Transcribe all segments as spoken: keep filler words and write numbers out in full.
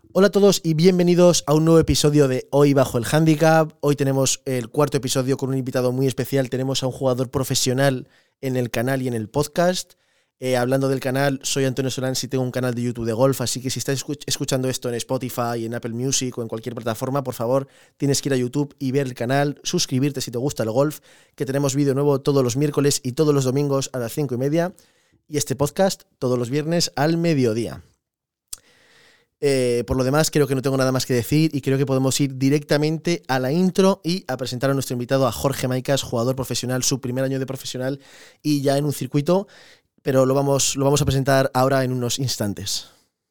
Hola a todos y bienvenidos a un nuevo episodio de Hoy Bajo el Handicap. Hoy tenemos el cuarto episodio con un invitado muy especial. Tenemos a un jugador profesional en el canal y en el podcast. Eh, hablando del canal, soy Antonio Solans y tengo un canal de YouTube de golf, así que si estás escuchando esto en Spotify, en Apple Music o en cualquier plataforma, por favor, tienes que ir a YouTube y ver el canal, suscribirte si te gusta el golf, que tenemos vídeo nuevo todos los miércoles y todos los domingos a las cinco y media, y este podcast todos los viernes al mediodía. Eh, por lo demás, creo que no tengo nada más que decir y creo que podemos ir directamente a la intro y a presentar a nuestro invitado, a Jorge Maicas, jugador profesional, su primer año de profesional y ya en un circuito, pero lo vamos, lo vamos a presentar ahora en unos instantes.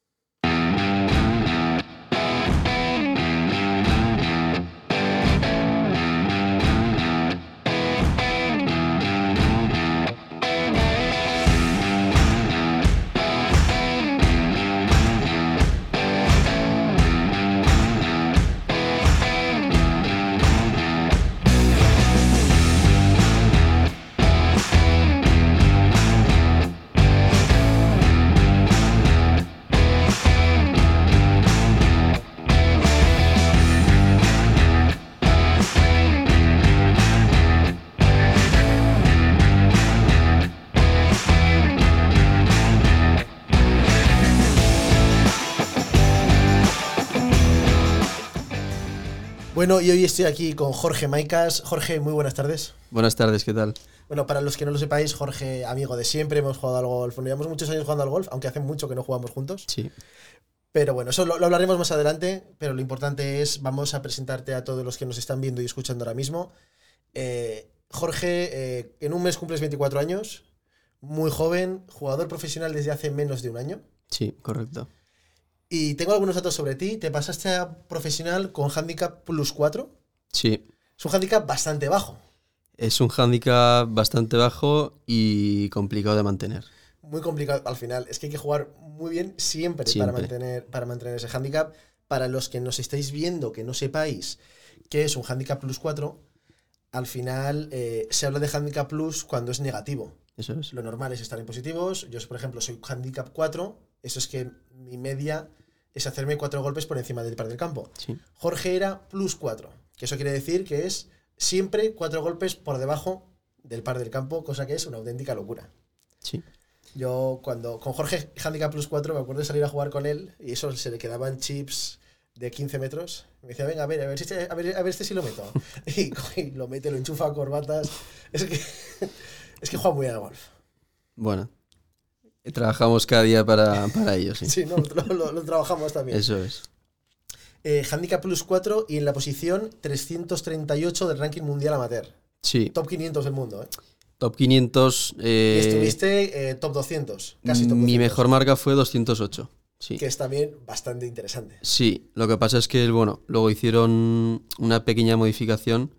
Bueno, y hoy estoy aquí con Jorge Maicas. Jorge, muy buenas tardes. Buenas tardes, ¿qué tal? Bueno, para los que no lo sepáis, Jorge, amigo de siempre, hemos jugado al golf. Bueno, llevamos muchos años jugando al golf, aunque hace mucho que no jugamos juntos. Sí. Pero bueno, eso lo, lo hablaremos más adelante, pero lo importante es, vamos a presentarte a todos los que nos están viendo y escuchando ahora mismo. Eh, Jorge, eh, en un mes cumples veinticuatro años, muy joven, jugador profesional desde hace menos de un año. Sí, correcto. Y tengo algunos datos sobre ti. Te pasaste a profesional con handicap plus cuatro. Sí. Es un handicap bastante bajo. Es un handicap bastante bajo y complicado de mantener. Muy complicado al final. Es que hay que jugar muy bien siempre, siempre. Para, mantener, para mantener ese handicap. Para los que nos estáis viendo, que no sepáis qué es un handicap plus cuatro, al final eh, se habla de handicap plus cuando es negativo. Eso es. Lo normal es estar en positivos. Yo, por ejemplo, soy handicap cuatro. Eso es que mi media es hacerme cuatro golpes por encima del par del campo. Sí. Jorge era plus cuatro, que eso quiere decir que es siempre cuatro golpes por debajo del par del campo, cosa que es una auténtica locura. Sí. Yo cuando con Jorge handicap plus cuatro me acuerdo de salir a jugar con él y eso se le quedaban chips de quince metros. Me decía, venga, a ver, a ver, si este, a ver, a ver este sí lo meto. Y, y lo mete, lo enchufa a corbatas. Es que, es que juega muy bien al golf. Bueno. Trabajamos cada día para, para ello, sí. Sí, no, lo, lo, lo trabajamos también. Eso es. Eh, handicap plus cuatro y en la posición trescientos treinta y ocho del ranking mundial amateur. Sí. Top quinientos del mundo, ¿eh? Top quinientos. Eh, y estuviste eh, top doscientos, casi top doscientos. Mi mejor marca fue doscientos ocho. Sí. Que es también bastante interesante. Sí, lo que pasa es que, bueno, luego hicieron una pequeña modificación,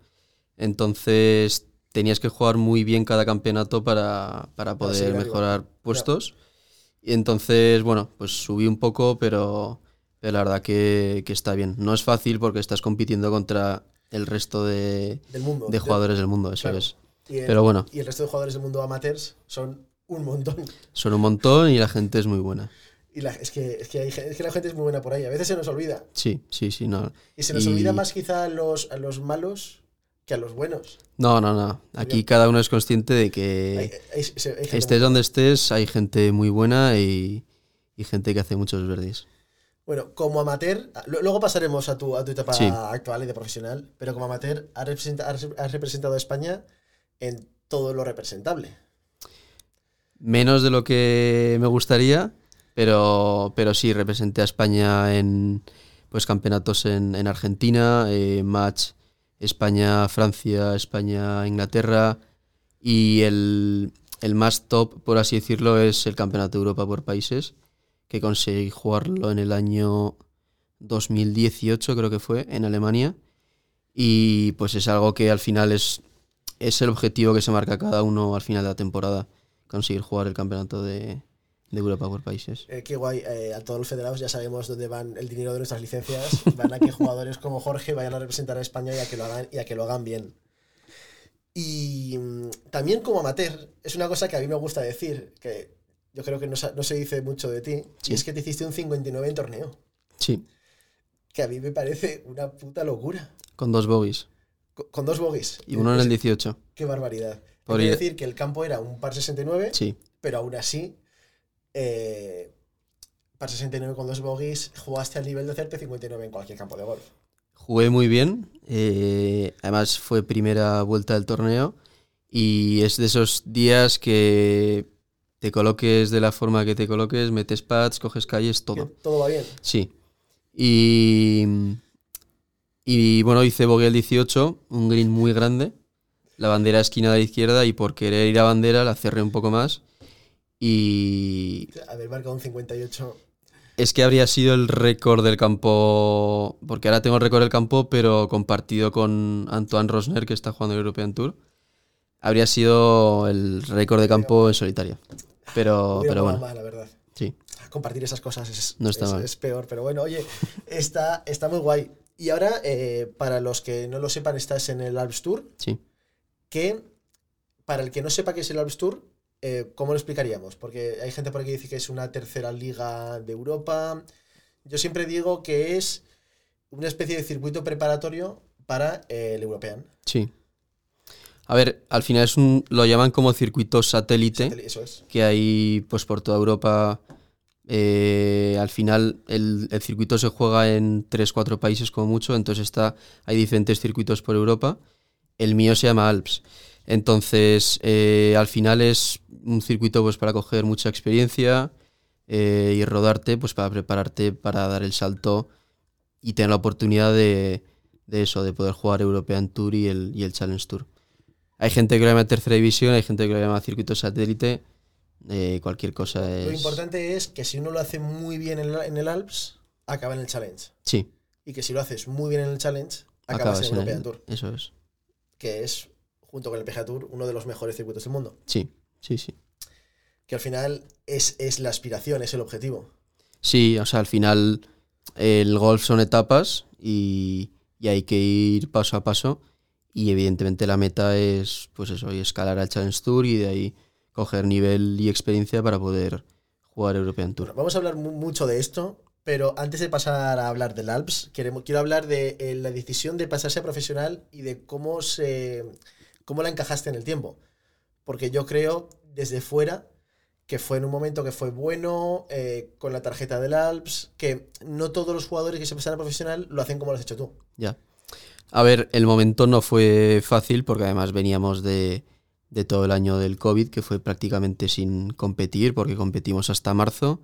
entonces tenías que jugar muy bien cada campeonato para, para poder mejorar puestos. Y entonces, bueno, pues subí un poco, pero, pero la verdad que, que está bien. No es fácil porque estás compitiendo contra el resto de, del mundo, de jugadores del, del mundo, eso claro. es. Y el, pero bueno. Y el resto de jugadores del mundo amateurs son un montón. Son un montón y la gente es muy buena. Y la, es, que, es, que hay, es que la gente es muy buena por ahí. A veces se nos olvida. Sí, sí, sí. No. Y se nos y... olvida más quizá a los, a los malos que a los buenos. No, no, no. Aquí Bien. Cada uno es consciente de que hay, hay, hay, hay estés donde estés, hay gente muy buena y, y gente que hace muchos birdies. Bueno, como amateur, luego pasaremos a tu, a tu etapa sí. actual y de profesional, pero como amateur has representado, has representado a España en todo lo representable. Menos de lo que me gustaría, pero, pero sí, representé a España en pues campeonatos en, en Argentina, eh, match España-Francia, España-Inglaterra y el, el más top, por así decirlo, es el Campeonato de Europa por países, que conseguí jugarlo en el año dos mil dieciocho, creo que fue, en Alemania, y pues es algo que al final es, es el objetivo que se marca cada uno al final de la temporada, conseguir jugar el Campeonato de, de Europa por países. Eh, qué guay, eh, a todos los federados ya sabemos dónde van el dinero de nuestras licencias, van a que jugadores como Jorge vayan a representar a España y a que lo hagan, y a que lo hagan bien. Y mmm, también como amateur, es una cosa que a mí me gusta decir, que yo creo que no, no se dice mucho de ti, sí. Y es que te hiciste un cincuenta y nueve en torneo. Sí. que a mí me parece una puta locura. Con dos bogies. Con, con dos bogies. Y uno en el dieciocho. Qué barbaridad. Por Quiero ir- decir que el campo era un par sesenta y nueve, Sí. pero aún así, eh, par sesenta y nueve con dos bogies, jugaste al nivel de hacerte cincuenta y nueve en cualquier campo de golf. Jugué muy bien. eh, además fue primera vuelta del torneo. Y es de esos días que te coloques de la forma que te coloques, metes pads, coges calles, Que todo. todo va bien. Sí. Y, y bueno, hice bogey el dieciocho, un green muy grande. La bandera esquina de la izquierda y por querer ir a bandera la cerré un poco más. Y Haber marcado un cincuenta y ocho. es que habría sido el récord del campo, porque ahora tengo el récord del campo, pero compartido con Antoine Rosner, que está jugando el European Tour. Habría sido el récord de campo en solitario. Pero, Hubiera pero molado bueno, más, la verdad. sí. Compartir esas cosas es, No está es- mal. es peor, pero bueno, oye, está, está muy guay. Y ahora, eh, para los que no lo sepan, estás en el Alps Tour, Sí. que para el que no sepa qué es el Alps Tour, eh, ¿cómo lo explicaríamos? Porque hay gente por aquí que dice que es una tercera liga de Europa. Yo siempre digo que es una especie de circuito preparatorio para eh, el European. Sí. A ver, al final es un, lo llaman como circuito satélite, Eso es. que hay pues por toda Europa. Eh, al final el, el circuito se juega en tres cuatro países como mucho, entonces está, hay diferentes circuitos por Europa. El mío se llama Alps. Entonces, eh, al final es un circuito pues para coger mucha experiencia eh, y rodarte pues para prepararte para dar el salto y tener la oportunidad de, de eso, de poder jugar European Tour y el, y el Challenge Tour. Hay gente que lo llama tercera división, hay gente que lo llama circuito satélite, eh, cualquier cosa es... Lo importante es que si uno lo hace muy bien en el, en el Alps, acaba en el Challenge. Sí, Y que si lo haces muy bien en el Challenge, acabas acabas en el en European el... Tour. Eso es. Que es, junto con el P G A Tour, uno de los mejores circuitos del mundo. Sí, sí, sí. Que al final es, es la aspiración, es el objetivo. Sí, o sea, al final el golf son etapas y, y hay que ir paso a paso y evidentemente la meta es pues eso, y escalar al Challenge Tour y de ahí coger nivel y experiencia para poder jugar European Tour. Bueno, vamos a hablar mu- mucho de esto, pero antes de pasar a hablar del Alps, queremos, quiero hablar de eh, la decisión de pasarse a profesional y de cómo, se, cómo la encajaste en el tiempo. Porque yo creo, desde fuera, que fue en un momento que fue bueno, eh, con la tarjeta del Alps, que no todos los jugadores que se pasan a profesional lo hacen como lo has hecho tú. Ya. A ver, el momento no fue fácil porque además veníamos de, de todo el año del COVID, que fue prácticamente sin competir, porque competimos hasta marzo.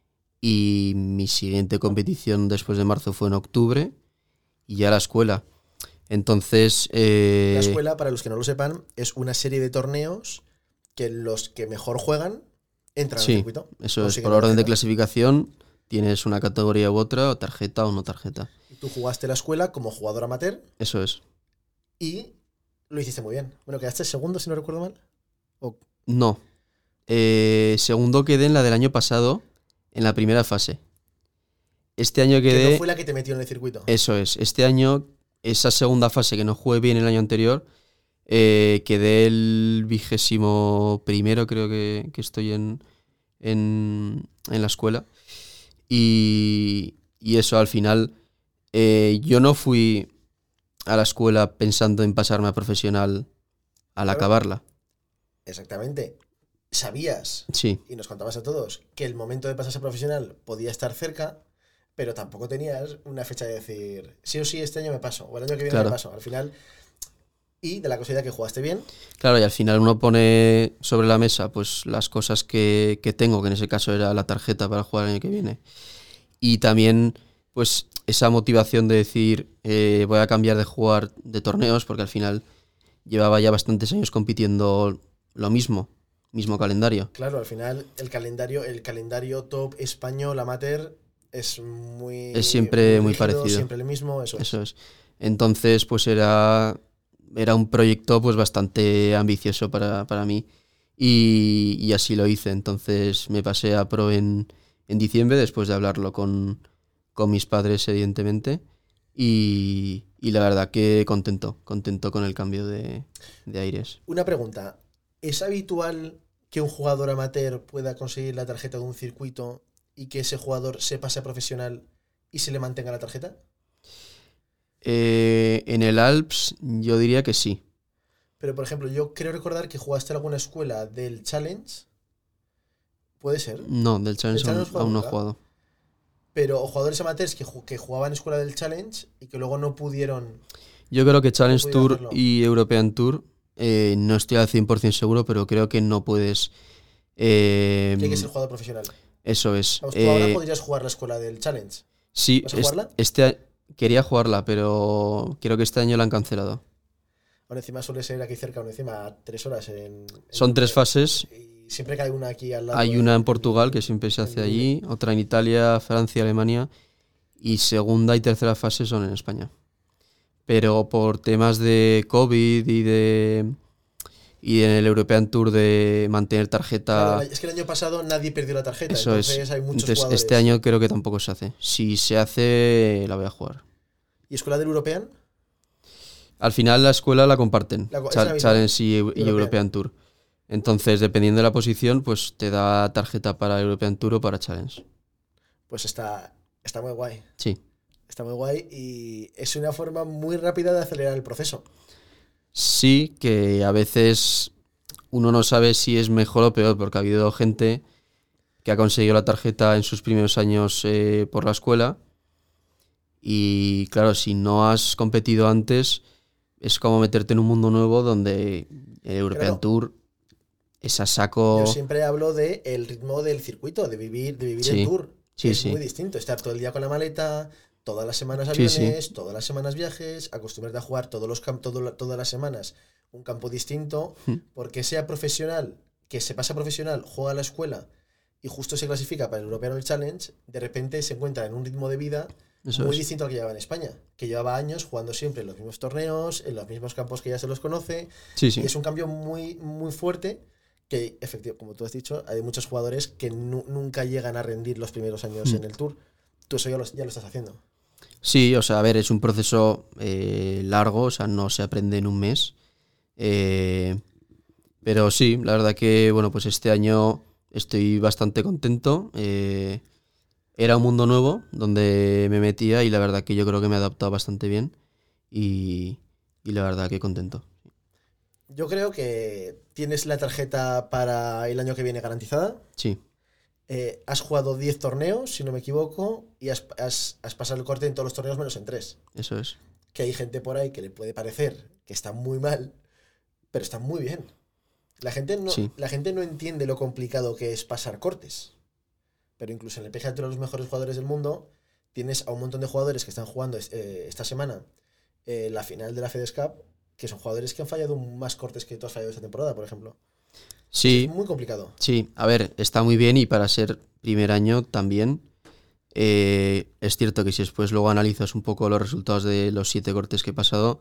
Y mi siguiente competición después de marzo fue en octubre y ya la escuela. Entonces... eh, La escuela, para los que no lo sepan, es una serie de torneos que los que mejor juegan entran Sí, al circuito. eso es, Consiguen por la orden de tarjeta. clasificación tienes una categoría u otra, o tarjeta o no tarjeta. Y tú jugaste la escuela como jugador amateur Eso es. y lo hiciste muy bien. Bueno, quedaste segundo, si no recuerdo mal. O- No. Eh, segundo quedé en la del año pasado, en la primera fase. Este año que quedé... no fue la que te metió en el circuito. Eso es. Este año, esa segunda fase que no jugué bien el año anterior, eh, quedé el vigésimo primero, creo que, que estoy en, en, en la escuela. Y, y eso, al final, eh, yo no fui a la escuela pensando en pasarme a profesional al Claro. acabarla. Exactamente. Sabías, Sí, y nos contabas a todos, que el momento de pasarse a profesional podía estar cerca, pero tampoco tenías una fecha de decir, sí o sí, este año me paso, o el año que viene Claro. me paso. Al final, y de la casualidad que jugaste bien, claro, y al final uno pone sobre la mesa pues las cosas que, que tengo, que en ese caso era la tarjeta para jugar el año que viene. Y también pues esa motivación de decir eh, voy a cambiar de jugar de torneos, porque al final llevaba ya bastantes años compitiendo lo mismo, mismo calendario. claro, al final el calendario, el calendario top español amateur es muy... Es siempre muy rígido, parecido. siempre el mismo, eso, es. Eso es. Entonces, pues era, era un proyecto pues bastante ambicioso para, para mí y, y así lo hice. Entonces me pasé a pro en, en diciembre, después de hablarlo con, con mis padres, evidentemente. Y, y la verdad que contento, contento con el cambio de, de aires. Una pregunta, ¿es habitual que un jugador amateur pueda conseguir la tarjeta de un circuito y que ese jugador se pase a profesional y se le mantenga la tarjeta? Eh, en el Alps yo diría que sí. Pero, por ejemplo, yo creo recordar que jugaste en alguna escuela del Challenge. ¿Puede ser? No, del Challenge aún, Challenge no has aún no he jugado jugado. Pero o jugadores amateurs que, ju- que jugaban en escuela del Challenge y que luego no pudieron... Yo creo que Challenge pudieron Tour hacerlo. y European Tour, eh, no estoy al cien por ciento seguro, pero creo que no puedes... eh, Que hay que ser jugador profesional. Eso es. Vamos, tú ahora Eh, podrías jugar la escuela del Challenge. sí, ¿Vas a es- jugarla? este a- quería jugarla, pero creo que este año la han cancelado. Ahora encima suele ser aquí cerca, ahora encima tres horas en... en Son tres Dublín. fases. Y siempre que hay una aquí al lado... Hay una en en- Portugal que siempre se en hace Dublín. allí, otra en Italia, Francia, Alemania, y segunda y tercera fase son en España. Pero por temas de COVID y de y en el European Tour de mantener tarjeta, Claro, es que el año pasado nadie perdió la tarjeta, eso entonces es. hay muchos Entonces jugadores. este año creo que tampoco se hace. Si se hace, la voy a jugar. ¿Y escuela del European? Al final la escuela la comparten, La co- es Cha- la misma, Challenge y, y European. European Tour. Entonces, dependiendo de la posición, pues te da tarjeta para European Tour o para Challenge. Pues está, está muy guay. Sí. Está muy guay y es una forma muy rápida de acelerar el proceso. Sí, que a veces uno no sabe si es mejor o peor, porque ha habido gente que ha conseguido la tarjeta en sus primeros años eh, por la escuela y claro, si no has competido antes, es como meterte en un mundo nuevo donde el European Claro. Tour es a saco... Yo siempre hablo de el ritmo del circuito, de vivir, de vivir Sí, el tour. sí, es sí. muy distinto. Estar todo el día con la maleta, todas las semanas Sí, aviones, sí. todas las semanas viajes, acostumbrarte a jugar todos los camp- todo la- todas las semanas un campo distinto, Mm. porque sea profesional, que se pasa profesional, juega a la escuela y justo se clasifica para el European Challenge, de repente se encuentra en un ritmo de vida Eso muy es. distinto al que llevaba en España, que llevaba años jugando siempre en los mismos torneos, en los mismos campos que ya se los conoce, Sí, sí. y es un cambio muy, muy fuerte que, efectivamente, como tú has dicho, hay muchos jugadores que nu- nunca llegan a rendir los primeros años Mm. en el Tour. Tú eso ya lo, ya lo estás haciendo. Sí, o sea, a ver, es un proceso eh, largo, o sea, no se aprende en un mes. Eh, pero sí, la verdad que, bueno, pues este año estoy bastante contento. Eh, era un mundo nuevo donde me metía y la verdad que yo creo que me he adaptado bastante bien y, y la verdad que contento. Yo creo que tienes la tarjeta para el año que viene garantizada. Sí, Eh, has jugado diez torneos, si no me equivoco, y has, has- has pasado el corte en todos los torneos menos en tres. eso es. Que hay gente por ahí que le puede parecer que está muy mal, pero está muy bien. La gente no, Sí. la gente no entiende lo complicado que es pasar cortes. Pero incluso en el P G A Tour de los mejores jugadores del mundo, tienes a un montón de jugadores que están jugando eh, esta semana eh, la final de la FedEx Cup, que son jugadores que han fallado más cortes que tú has fallado esta temporada, por ejemplo. Sí, Es muy complicado. sí, a ver, está muy bien y para ser primer año también. Eh, es cierto que si después luego analizas un poco los resultados de los siete cortes que he pasado,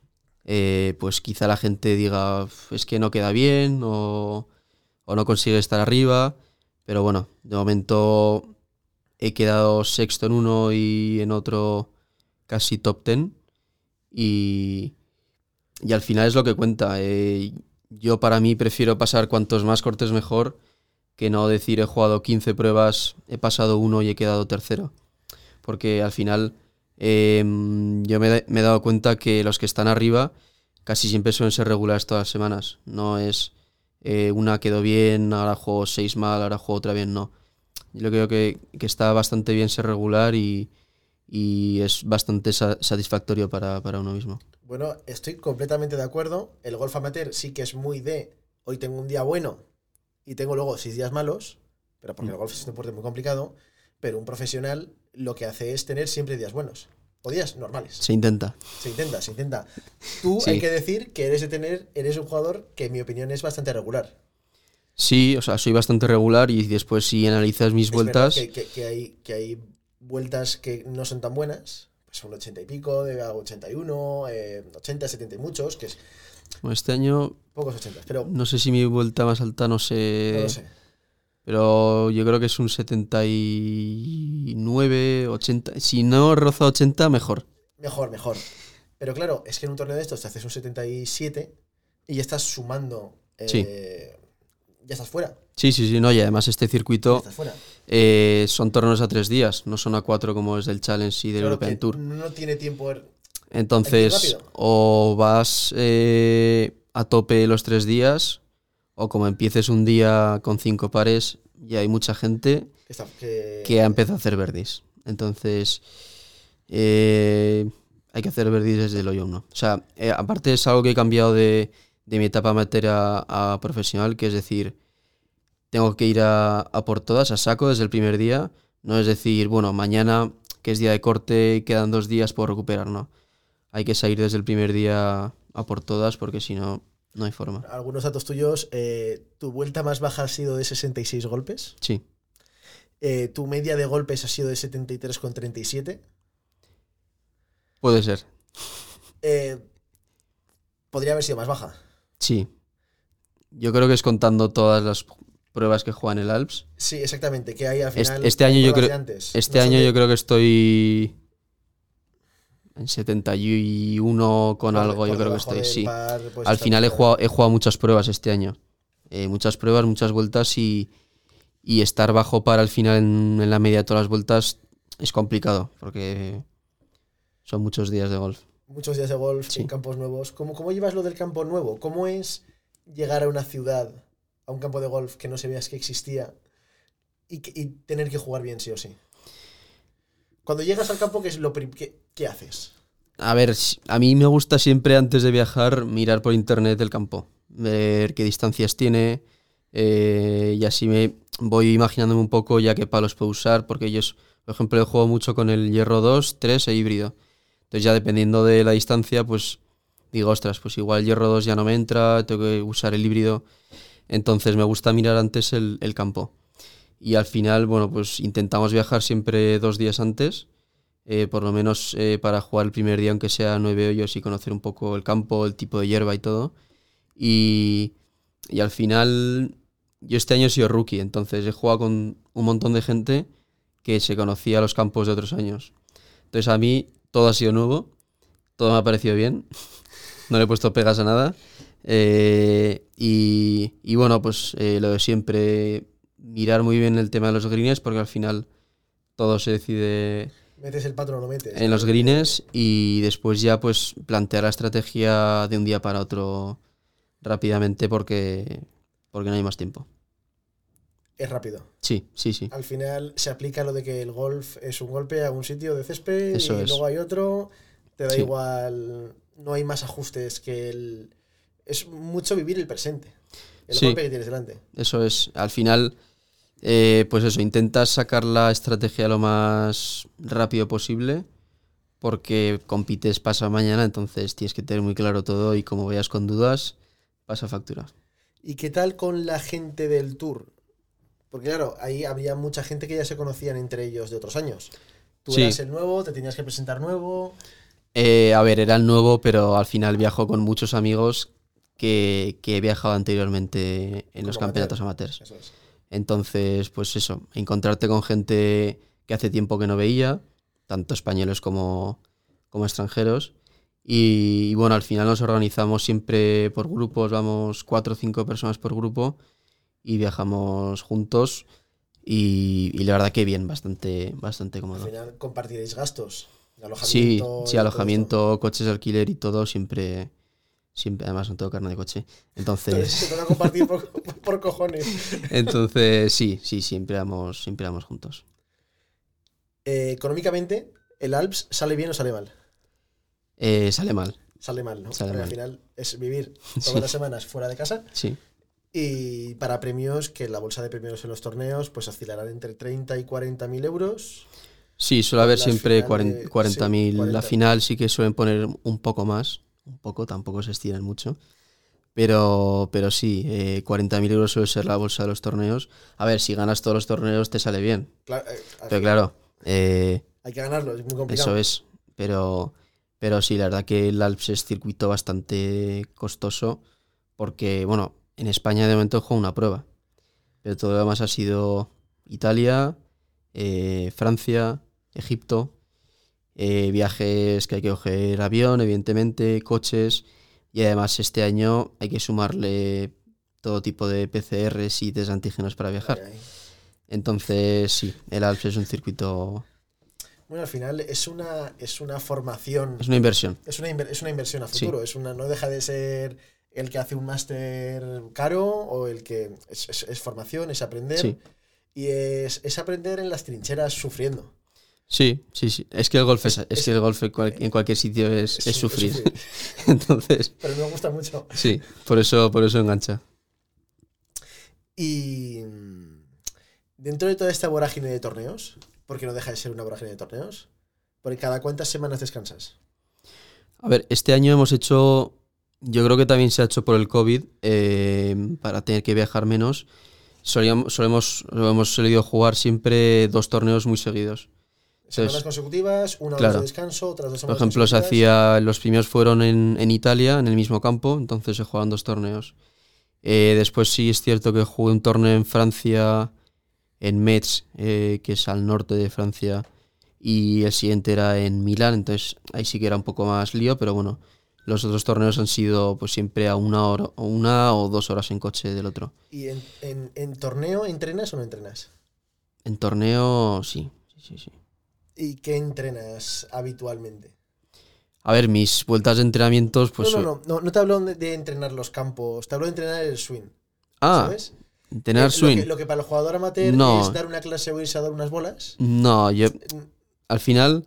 eh, pues quizá la gente diga, "Uf, es que no queda bien o, o no consigue estar arriba", pero bueno, de momento he quedado sexto en uno y en otro casi top ten y, y al final es lo que cuenta. Eh, yo para mí prefiero pasar cuantos más cortes mejor que no decir he jugado quince pruebas, he pasado uno y he quedado tercero. Porque al final eh, yo me, me he dado cuenta que los que están arriba casi siempre suelen ser regulares todas las semanas. No es eh, una quedó bien, ahora juego seis mal, ahora juego otra bien, no. Yo creo que, que está bastante bien ser regular y, y es bastante sa- satisfactorio para, para uno mismo. Bueno, estoy completamente de acuerdo. El golf amateur sí que es muy de hoy tengo un día bueno y tengo luego seis días malos, pero porque Mm. el golf es un deporte muy complicado, pero un profesional lo que hace es tener siempre días buenos o días normales. Se intenta. Se intenta, se intenta. Tú Sí. hay que decir que eres de tener, eres un jugador que en mi opinión es bastante regular. Sí, o sea, soy bastante regular y después si analizas mis Es verdad vueltas... que, que- que hay, que hay vueltas que no son tan buenas, pues un ochenta y pico, de ochenta y uno, eh, ochenta, setenta y muchos, que es Bueno, este año pocos ochenta, pero no sé si mi vuelta más alta, no sé, no lo sé. pero yo creo que es un setenta y nueve, ochenta. Si no roza ochenta, mejor. Mejor, mejor. Pero claro, es que en un torneo de estos te haces un setenta y siete y ya estás sumando eh, Sí. ya estás fuera. Sí, sí, sí, no, y además este Ya circuito estás fuera. eh, son torneos a tres días, no son a cuatro como es del Challenge y del Claro European que Tour. no tiene tiempo. Hay que ir Entonces, rápido. o vas eh, a tope los tres días, o como empieces un día con cinco pares, y hay mucha gente Que está, que... que ha empezado a hacer birdies. Entonces, eh, hay que hacer birdies desde el hoyo uno. O sea, eh, aparte es algo que he cambiado de, de mi etapa amateur a, a profesional, que es decir, tengo que ir a, a por todas, a saco desde el primer día. No es decir, bueno, mañana que es día de corte y quedan dos días por recuperar, no. Hay que salir desde el primer día a por todas porque si no, no hay forma. Algunos datos tuyos. Eh, tu vuelta más baja ha sido de sesenta y seis golpes. Sí. Eh, tu media de golpes ha sido de setenta y tres coma treinta y siete. Puede ser. Eh, podría haber sido más baja. Sí. Yo creo que es contando todas las pruebas que juegan el Alps. Sí, exactamente. Que hay al final. Este, este año yo pruebas creo de antes. este No son año de- yo creo que estoy en setenta y uno con por- algo, por yo creo que debajo estoy, del sí. par, pues Al está final he fuera. jugado, he jugado muchas pruebas este año. Eh, muchas pruebas, muchas vueltas y, y estar bajo par al final en, en la media de todas las vueltas es complicado porque son muchos días de golf. Muchos días de golf Sí. en campos nuevos. ¿Cómo, ¿Cómo llevas lo del campo nuevo? ¿Cómo es llegar a una ciudad, a un campo de golf que no sabías que existía y, que- y tener que jugar bien sí o sí? Cuando llegas al campo, ¿qué es lo prim- qué, qué haces? A ver, s- a mí me gusta siempre antes de viajar mirar por internet el campo, ver qué distancias tiene eh, y así me voy imaginándome un poco ya qué palos puedo usar, porque yo, por ejemplo, he jugado mucho con el hierro dos, tres e híbrido. Entonces ya dependiendo de la distancia, pues digo, ostras, pues igual el hierro dos ya no me entra, tengo que usar el híbrido. Entonces me gusta mirar antes el, el campo. Y al final, bueno, pues intentamos viajar siempre dos días antes, eh, por lo menos eh, para jugar el primer día, aunque sea nueve hoyos, y conocer un poco el campo, el tipo de hierba y todo. Y, y al final, yo este año he sido rookie, entonces he jugado con un montón de gente que se conocía los campos de otros años. Entonces a mí todo ha sido nuevo, todo me ha parecido bien, no le he puesto pegas a nada. Eh, y, y bueno, pues eh, lo de siempre, mirar muy bien el tema de los greens, porque al final todo se decide ¿Metes el patrón o no metes? en los greens y después ya pues plantear la estrategia de un día para otro rápidamente porque, porque no hay más tiempo. Es rápido. Sí, sí, sí. Al final se aplica lo de que el golf es un golpe a un sitio de césped Eso y es. luego hay otro. Te da Sí. igual. No hay más ajustes que el. Es mucho vivir el presente. El Sí. golpe que tienes delante. Eso es. Al final, eh, pues eso, intentas sacar la estrategia lo más rápido posible porque compites pasa mañana, entonces tienes que tener muy claro todo y como vayas con dudas, pasa factura. ¿Y qué tal con la gente del tour? Porque claro, ahí había mucha gente que ya se conocían entre ellos de otros años. Tú Sí. eras el nuevo, te tenías que presentar nuevo. Eh, a ver, era el nuevo, pero al final viajo con muchos amigos que, que he viajado anteriormente en los Como campeonatos amateur. amateurs. Eso es. Entonces, pues eso, encontrarte con gente que hace tiempo que no veía, tanto españoles como, como extranjeros. Y, y bueno, al final nos organizamos siempre por grupos, vamos cuatro o cinco personas por grupo y viajamos juntos. Y, y la verdad que bien, bastante, bastante Al cómodo. final compartiréis gastos. Sí, Alojamiento. y sí, todo alojamiento, coches de alquiler y todo, siempre, siempre, además no tengo carne de coche. esto. Entonces Entonces, se toca compartir por, por cojones. entonces sí, sí, siempre vamos, siempre vamos juntos. Eh, económicamente, ¿el Alps sale bien o sale mal? Eh, sale mal, Sale mal, ¿no? Sale Porque mal. al final es vivir todas Sí. las semanas fuera de casa sí. y para premios, que la bolsa de premios en los torneos pues oscilarán entre treinta y cuarenta mil euros. Sí, suele haber Las siempre finales, cuarenta mil. sí, La cuarenta. final sí que suelen poner un poco más, un poco, tampoco se estiran mucho. Pero, pero sí, eh, cuarenta mil euros suele ser la bolsa de los torneos. A ver, si ganas todos los torneos te sale bien. Claro, eh, al Pero fin, claro, eh, hay que ganarlo, es muy complicado. eso es. Pero, pero sí, la verdad que el Alps es circuito bastante costoso porque, bueno, en España de momento juego una prueba. Pero todo lo demás ha sido Italia, eh, Francia, Egipto, eh, viajes que hay que coger avión, evidentemente, coches. Y además este año hay que sumarle todo tipo de P C Rs y test de antígenos para viajar. Ay, ay. Entonces, sí, el Alps es un circuito, Bueno, al final es una, es una formación, es una inversión. es una, inver- es una inversión a Sí. futuro. Es una, no deja de ser el que hace un máster caro o el que es, es- es formación, es aprender. Sí. Y es, es aprender en las trincheras sufriendo. Sí, sí, sí. Es que el golf es, Es- es es- que el golf en, cual- en cualquier sitio es, Es es su- es sufrir. sufrir. Entonces, Pero me gusta mucho. sí, por eso, por eso engancha. Y mm, dentro de toda esta vorágine de torneos, porque no deja de ser una vorágine de torneos, porque cada cuántas semanas descansas. A ver, este año hemos hecho, yo creo que también se ha hecho por el COVID, eh, para tener que viajar menos. Solíamos, solemos, hemos solido jugar siempre dos torneos muy seguidos. Semanas Entonces, consecutivas, una o claro. dos de descanso, otras dos Por semanas ejemplo, se consecutivas. hacía, los primeros fueron en, en Italia, en el mismo campo, entonces se jugaban dos torneos. Eh, después sí es cierto que jugué un torneo en Francia, en Metz, eh, que es al norte de Francia, y el siguiente era en Milán, entonces ahí sí que era un poco más lío, pero bueno, los otros torneos han sido pues siempre a una hora, o una o dos horas en coche del otro. ¿Y en, en- en torneo entrenas o no entrenas? En torneo, sí, sí, sí, sí. ¿Y qué entrenas habitualmente? A ver, mis vueltas de entrenamientos, pues... no, no, no, no, no te hablo de, de entrenar los campos, te hablo de entrenar el swing. Ah, ¿Sabes? entrenar Eh, swing. Lo que, lo que para el jugador amateur No. es dar una clase o irse a dar unas bolas. No, yo... Al final,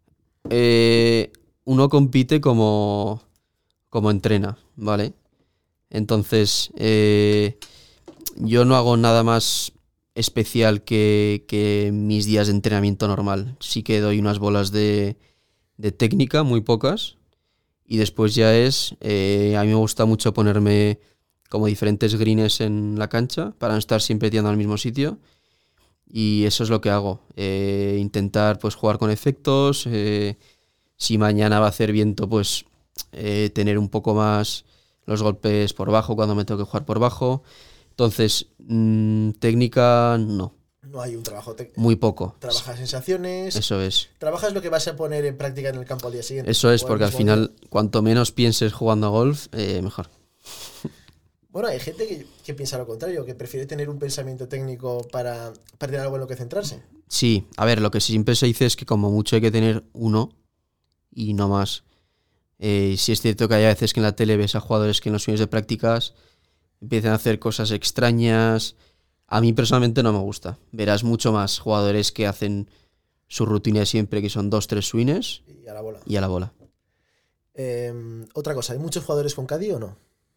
eh, uno compite como, como entrena, ¿vale? Entonces, eh, yo no hago nada más especial que, que mis días de entrenamiento normal. Sí que doy unas bolas de, de técnica, muy pocas, y después ya es, eh, a mí me gusta mucho ponerme como diferentes greens en la cancha para no estar siempre tirando al mismo sitio. Y eso es lo que hago, eh, intentar pues jugar con efectos, eh, si mañana va a hacer viento pues eh, tener un poco más los golpes por bajo cuando me tengo que jugar por bajo. Entonces, mmm, técnica no, No hay un trabajo técnico. muy poco. Trabajas sensaciones, Eso es, trabajas lo que vas a poner en práctica en el campo al día siguiente. eso es o el porque al mismo final día. cuanto menos pienses jugando a golf, eh, mejor. Bueno, hay gente que, que piensa lo contrario, que prefiere tener un pensamiento técnico para, para tener algo en lo que centrarse. Sí, a ver, lo que siempre se dice es que como mucho hay que tener uno y no más. Eh, sí es cierto que hay veces que en la tele ves a jugadores que en los fines de prácticas empiezan a hacer cosas extrañas. A mí personalmente no me gusta. Verás mucho más jugadores que hacen su rutina de siempre, que son dos, tres swings Y a la bola. y a la bola. Eh, otra cosa, ¿hay muchos jugadores con caddy o no?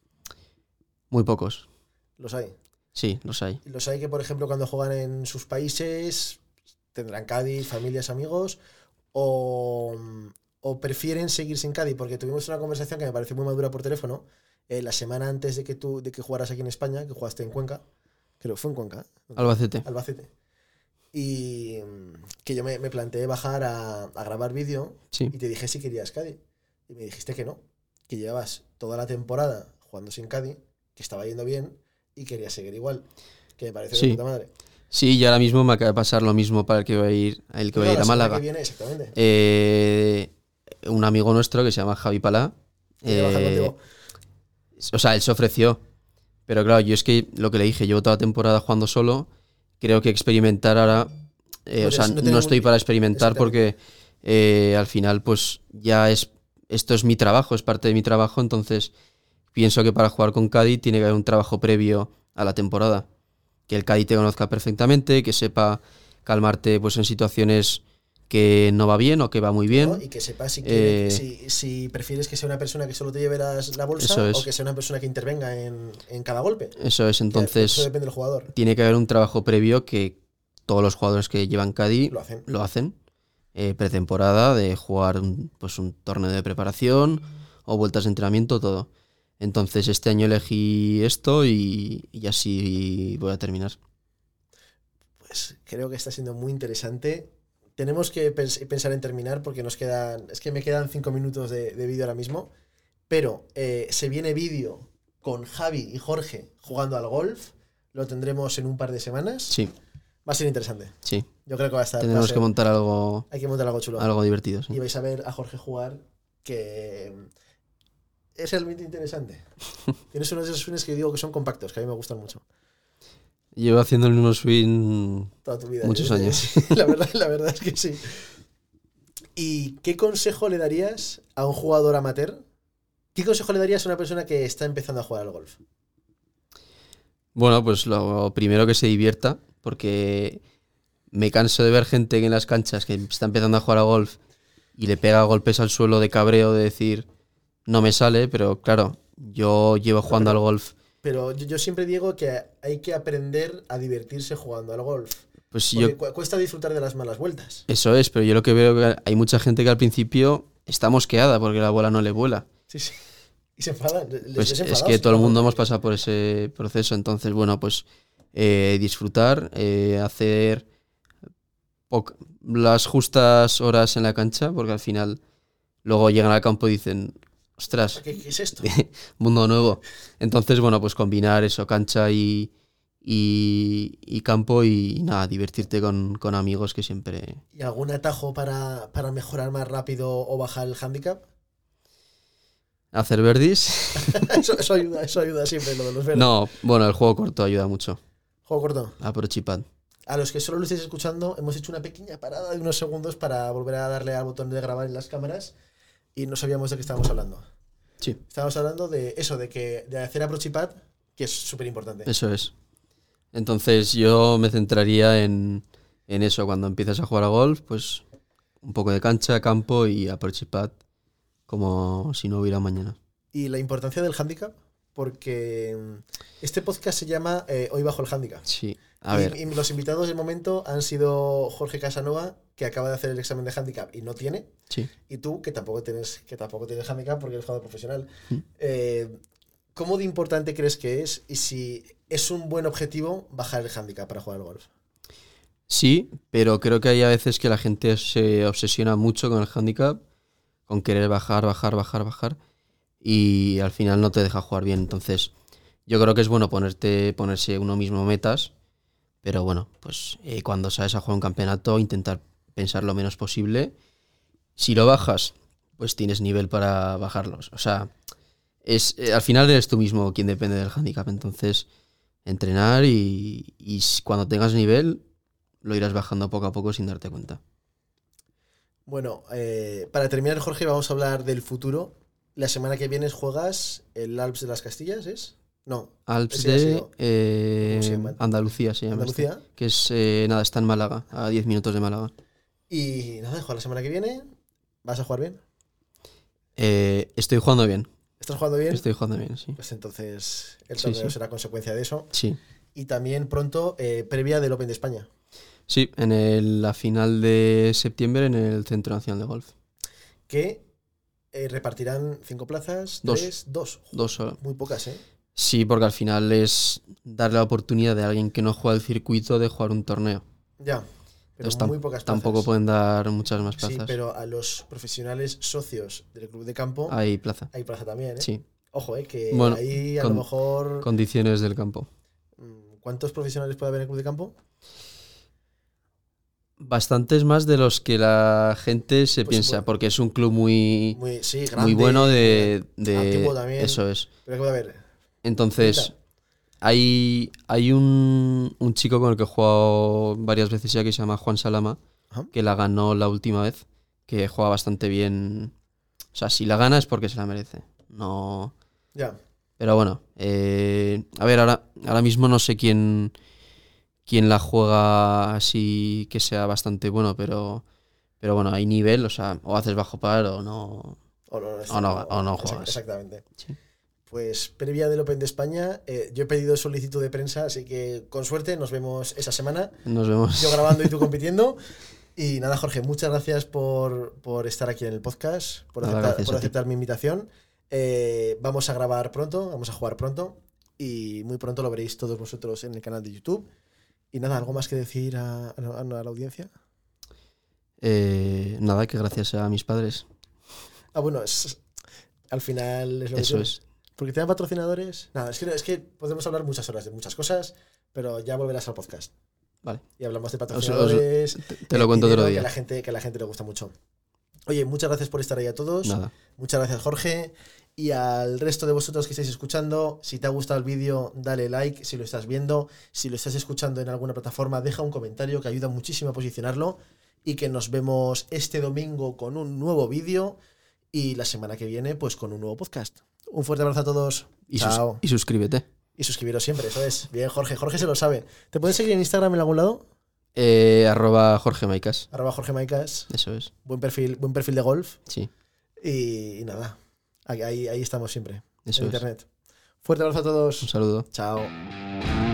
Muy pocos. Los hay. Sí, los hay. Y los hay que, por ejemplo, cuando juegan en sus países, tendrán caddy, familias, amigos, o, o prefieren seguir sin caddy, porque tuvimos una conversación que me pareció muy madura por teléfono, eh, la semana antes de que tú de que jugaras aquí en España, que jugaste en Cuenca, creo que fue en Cuenca, Albacete. Albacete, y mm, que yo me, me planteé bajar a, a grabar vídeo Sí. y te dije si querías caddy, y me dijiste que no, que llevabas toda la temporada jugando sin caddy, que estaba yendo bien y quería seguir igual, que me parece Sí. de puta madre. Sí, y ahora mismo me acaba de pasar lo mismo para el que va a ir, el que va a No, ir la a semana Málaga. que viene, exactamente. Eh, un amigo nuestro que se llama Javi Palá. Quiere bajar eh, contigo. o sea, él se ofreció. Pero claro, yo es que lo que le dije, llevo toda la temporada jugando solo. Creo que experimentar ahora. eh, No o sea, tienes- no no, tienes estoy un- para experimentar Exactamente. porque eh, al final, pues ya es. Esto es mi trabajo, es parte de mi trabajo. Entonces, pienso que para jugar con Cádiz tiene que haber un trabajo previo a la temporada. Que el Cádiz te conozca perfectamente, que sepa calmarte pues en situaciones que no va bien o que va muy bien. ¿No? Y que sepas si, quiere- Eh, si, si prefieres que sea una persona que solo te lleve las- la bolsa Eso es. o que sea una persona que intervenga en, en cada golpe. Eso es, Que entonces eso depende del jugador. tiene que haber un trabajo previo que todos los jugadores que llevan Cádiz Lo hacen. lo hacen. Eh, pretemporada, de jugar un, pues un torneo de preparación o vueltas de entrenamiento, todo. Entonces este año elegí esto y, y así voy a terminar. Pues creo que está siendo muy interesante. Tenemos que pens- pensar en terminar porque nos quedan. Es que me quedan cinco minutos de, de vídeo ahora mismo. Pero eh, se viene vídeo con Javi y Jorge jugando al golf. Lo tendremos en un par de semanas. Sí, Va a ser interesante. sí. Yo creo que va a estar. va a Tenemos ser- que montar algo, Hay que montar algo chulo. algo divertido. Sí. Y vais a ver a Jorge jugar que es realmente interesante. Tienes unos de esos swings que yo digo que son compactos, que a mí me gustan mucho. Llevo haciendo el mismo swing Toda tu vida. muchos ¿eh? años. La verdad, la verdad es que sí. ¿Y qué consejo le darías a un jugador amateur? ¿Qué consejo le darías a una persona que está empezando a jugar al golf? Bueno, pues lo primero que se divierta, porque me canso de ver gente que en las canchas que está empezando a jugar a golf y le pega golpes al suelo de cabreo de decir, no me sale, pero claro, yo llevo jugando pero, al golf. Pero yo, yo siempre digo que hay que aprender a divertirse jugando al golf. Pues Porque yo, cu- cuesta disfrutar de las malas vueltas. eso es, pero yo lo que veo que hay mucha gente que al principio está mosqueada porque la bola no le vuela. Sí, sí. Y se enfadan. Les Pues ves es enfadados, que todo el ¿no? mundo hemos pasado por ese proceso, entonces bueno, pues eh, disfrutar, eh, hacer poc- las justas horas en la cancha, porque al final luego llegan al campo y dicen, ostras, ¿Qué, qué es esto? mundo nuevo. Entonces bueno, pues combinar eso, cancha y, y, y campo y nada, divertirte con, con amigos que siempre... ¿Y algún atajo para, para mejorar más rápido o bajar el handicap? Hacer verdis. eso, eso ayuda, eso ayuda siempre, lo de los verdes. No, bueno, el juego corto ayuda mucho. Juego corto. Approach y pad. A los que solo lo estáis escuchando, hemos hecho una pequeña parada de unos segundos para volver a darle al botón de grabar en las cámaras y no sabíamos de qué estábamos hablando. Sí. Estábamos hablando de eso, de que de hacer approach y pad, que es súper importante. Eso es. Entonces yo me centraría en, en eso. Cuando empiezas a jugar a golf, pues un poco de cancha, campo y approach y pad, como si no hubiera mañana. Y la importancia del handicap, porque este podcast se llama eh, Hoy bajo el handicap. Sí, a y, ver. y los invitados del momento han sido Jorge Casanova, que acaba de hacer el examen de handicap y no tiene, Sí. y tú, que tampoco tienes, que tampoco tienes handicap porque eres jugador profesional. Mm. Eh, ¿Cómo de importante crees que es y si es un buen objetivo bajar el handicap para jugar al golf? Sí, pero creo que hay a veces que la gente se obsesiona mucho con el handicap, con querer bajar, bajar, bajar, bajar, y al final no te deja jugar bien. Entonces, yo creo que es bueno ponerte, ponerse uno mismo metas, pero bueno, pues eh, cuando sales a jugar un campeonato, intentar pensar lo menos posible. Si lo bajas, pues tienes nivel para bajarlos. O sea, es eh, al final eres tú mismo quien depende del handicap. Entonces, entrenar y, y s- cuando tengas nivel, lo irás bajando poco a poco sin darte cuenta. Bueno, eh, para terminar, Jorge, vamos a hablar del futuro. La semana que viene juegas el Alps de las Castillas, ¿es? No, Alps ese ya ha de sido. eh, ¿Cómo se llama? Andalucía se llama. Andalucía. este, que es, eh, nada, está en Málaga, a diez minutos de Málaga. Y nada, juega la semana que viene. ¿Vas a jugar bien? Eh, estoy jugando bien. ¿Estás jugando bien? Estoy jugando bien, sí. Pues entonces el Sí, torneo sí. será consecuencia de eso. Sí, Y también pronto, eh, previa del Open de España. sí, en el- la final de septiembre en el Centro Nacional de Golf. Que eh, repartirán cinco plazas, Dos. tres, dos. Dos solo. Muy pocas, ¿eh? Sí, porque al final es darle la oportunidad de alguien que no juega el circuito de jugar un torneo. Ya. Pero Entonces, tam- muy pocas plazas. tampoco pueden dar muchas más plazas. Sí, pero a los profesionales socios del club de campo Hay plaza. hay plaza también, ¿eh? Sí, Ojo, ¿eh? Que Bueno, ahí a con- lo mejor... condiciones del campo. mm, ¿Cuántos profesionales puede haber en el club de campo? Bastantes más de los que la gente se Pues, piensa, bueno. porque es un club muy, Muy, sí, grande. muy bueno de, de- antiguo también. Eso es. Pero que puede haber. Entonces, Pinta. hay, hay un, un chico con el que he jugado varias veces ya que se llama Juan Salama, Ajá. que la ganó la última vez, que juega bastante bien. O sea, si la gana es porque se la merece. No. Ya. Pero bueno, eh, a ver, ahora, ahora mismo no sé quién, quién la juega así que sea bastante bueno, pero, pero bueno, hay nivel, o sea, o haces bajo par o no. O no, O no- o no exact- juegas. Exactamente. Sí. Pues previa del Open de España, eh, yo he pedido solicitud de prensa, así que con suerte nos vemos esa semana. Nos vemos. Yo grabando y tú compitiendo. Y nada, Jorge, muchas gracias por, por estar aquí en el podcast, por Nada, aceptar, gracias por a ti. aceptar mi invitación. Eh, vamos a grabar pronto, vamos a jugar pronto y muy pronto lo veréis todos vosotros en el canal de YouTube. Y nada, ¿algo más que decir a, a la- a la audiencia? Eh, nada, que gracias a mis padres. Ah, bueno, es, al final es lo que Eso tiene. es. Porque te dan patrocinadores. Nada, es que, es que podemos hablar muchas horas de muchas cosas, pero ya volverás al podcast. Vale. Y hablamos de Os- os- patrocinadores. te, te lo cuento otro dinero, día. Que a la gente, que a la gente le gusta mucho. Oye, muchas gracias por estar ahí a todos. Nada. Muchas gracias, Jorge. Y al resto de vosotros que estáis escuchando, si te ha gustado el vídeo, dale like si lo estás viendo. Si lo estás escuchando en alguna plataforma, deja un comentario que ayuda muchísimo a posicionarlo. Y que nos vemos este domingo con un nuevo vídeo y la semana que viene pues con un nuevo podcast. Un fuerte abrazo a todos. Y, Chao. sus- y suscríbete. Y suscribiros siempre, eso es. Bien, Jorge. Jorge se lo sabe. ¿Te puedes seguir en Instagram en algún lado? Eh, arroba Jorge Maicas. Arroba Jorge Maicas. Eso es. Buen perfil, buen perfil de golf. Sí, Y, y nada, ahí, ahí estí estamos siempre. eso en es. internet. Fuerte abrazo a todos. Un saludo. Chao.